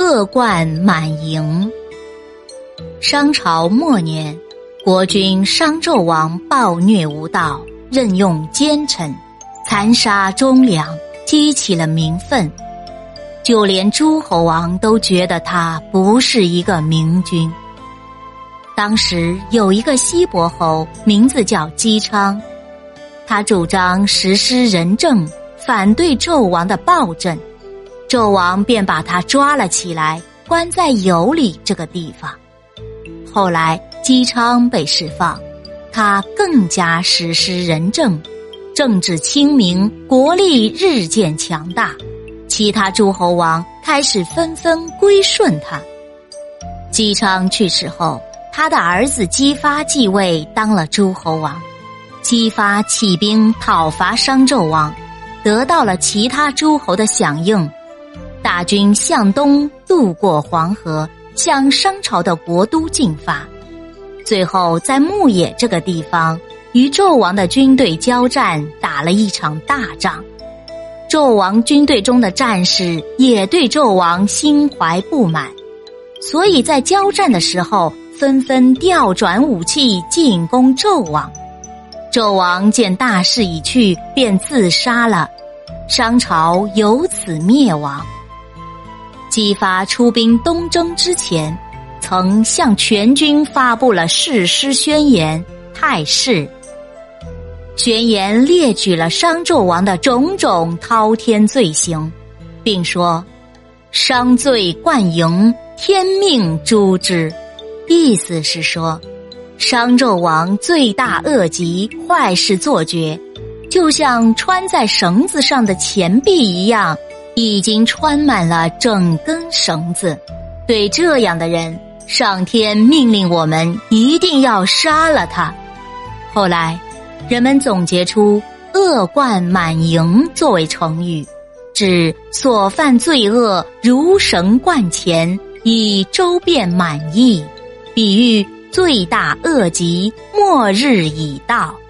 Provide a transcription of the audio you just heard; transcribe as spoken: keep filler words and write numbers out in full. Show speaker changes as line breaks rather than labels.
恶贯满盈。商朝末年，国君商纣王暴虐无道，任用奸臣，残杀忠良，激起了民愤。就连诸侯王都觉得他不是一个明君。当时有一个西伯侯，名字叫姬昌，他主张实施仁政，反对纣王的暴政。纣王便把他抓了起来，关在羑里这个地方。后来姬昌被释放，他更加实施仁政，政治清明，国力日渐强大，其他诸侯王开始纷纷归顺他。姬昌去世后，他的儿子姬发继位当了诸侯王。姬发起兵讨伐商纣王，得到了其他诸侯的响应，大军向东渡过黄河，向商朝的国都进发。最后在牧野这个地方，与纣王的军队交战，打了一场大仗。纣王军队中的战士也对纣王心怀不满，所以在交战的时候纷纷调转武器进攻纣王。纣王见大势已去，便自杀了，商朝由此灭亡。姬发出兵东征之前，曾向全军发布了誓师宣言太誓。宣言列举了商纣王的种种滔天罪行，并说商罪贯盈，天命诛之。意思是说，商纣王罪大恶极，坏事做绝，就像穿在绳子上的钱币一样，已经穿满了整根绳子。对这样的人，上天命令我们一定要杀了他。后来人们总结出恶贯满盈作为成语，指所犯罪恶如绳贯前，以周遍满溢，比喻罪大恶极，末日已到。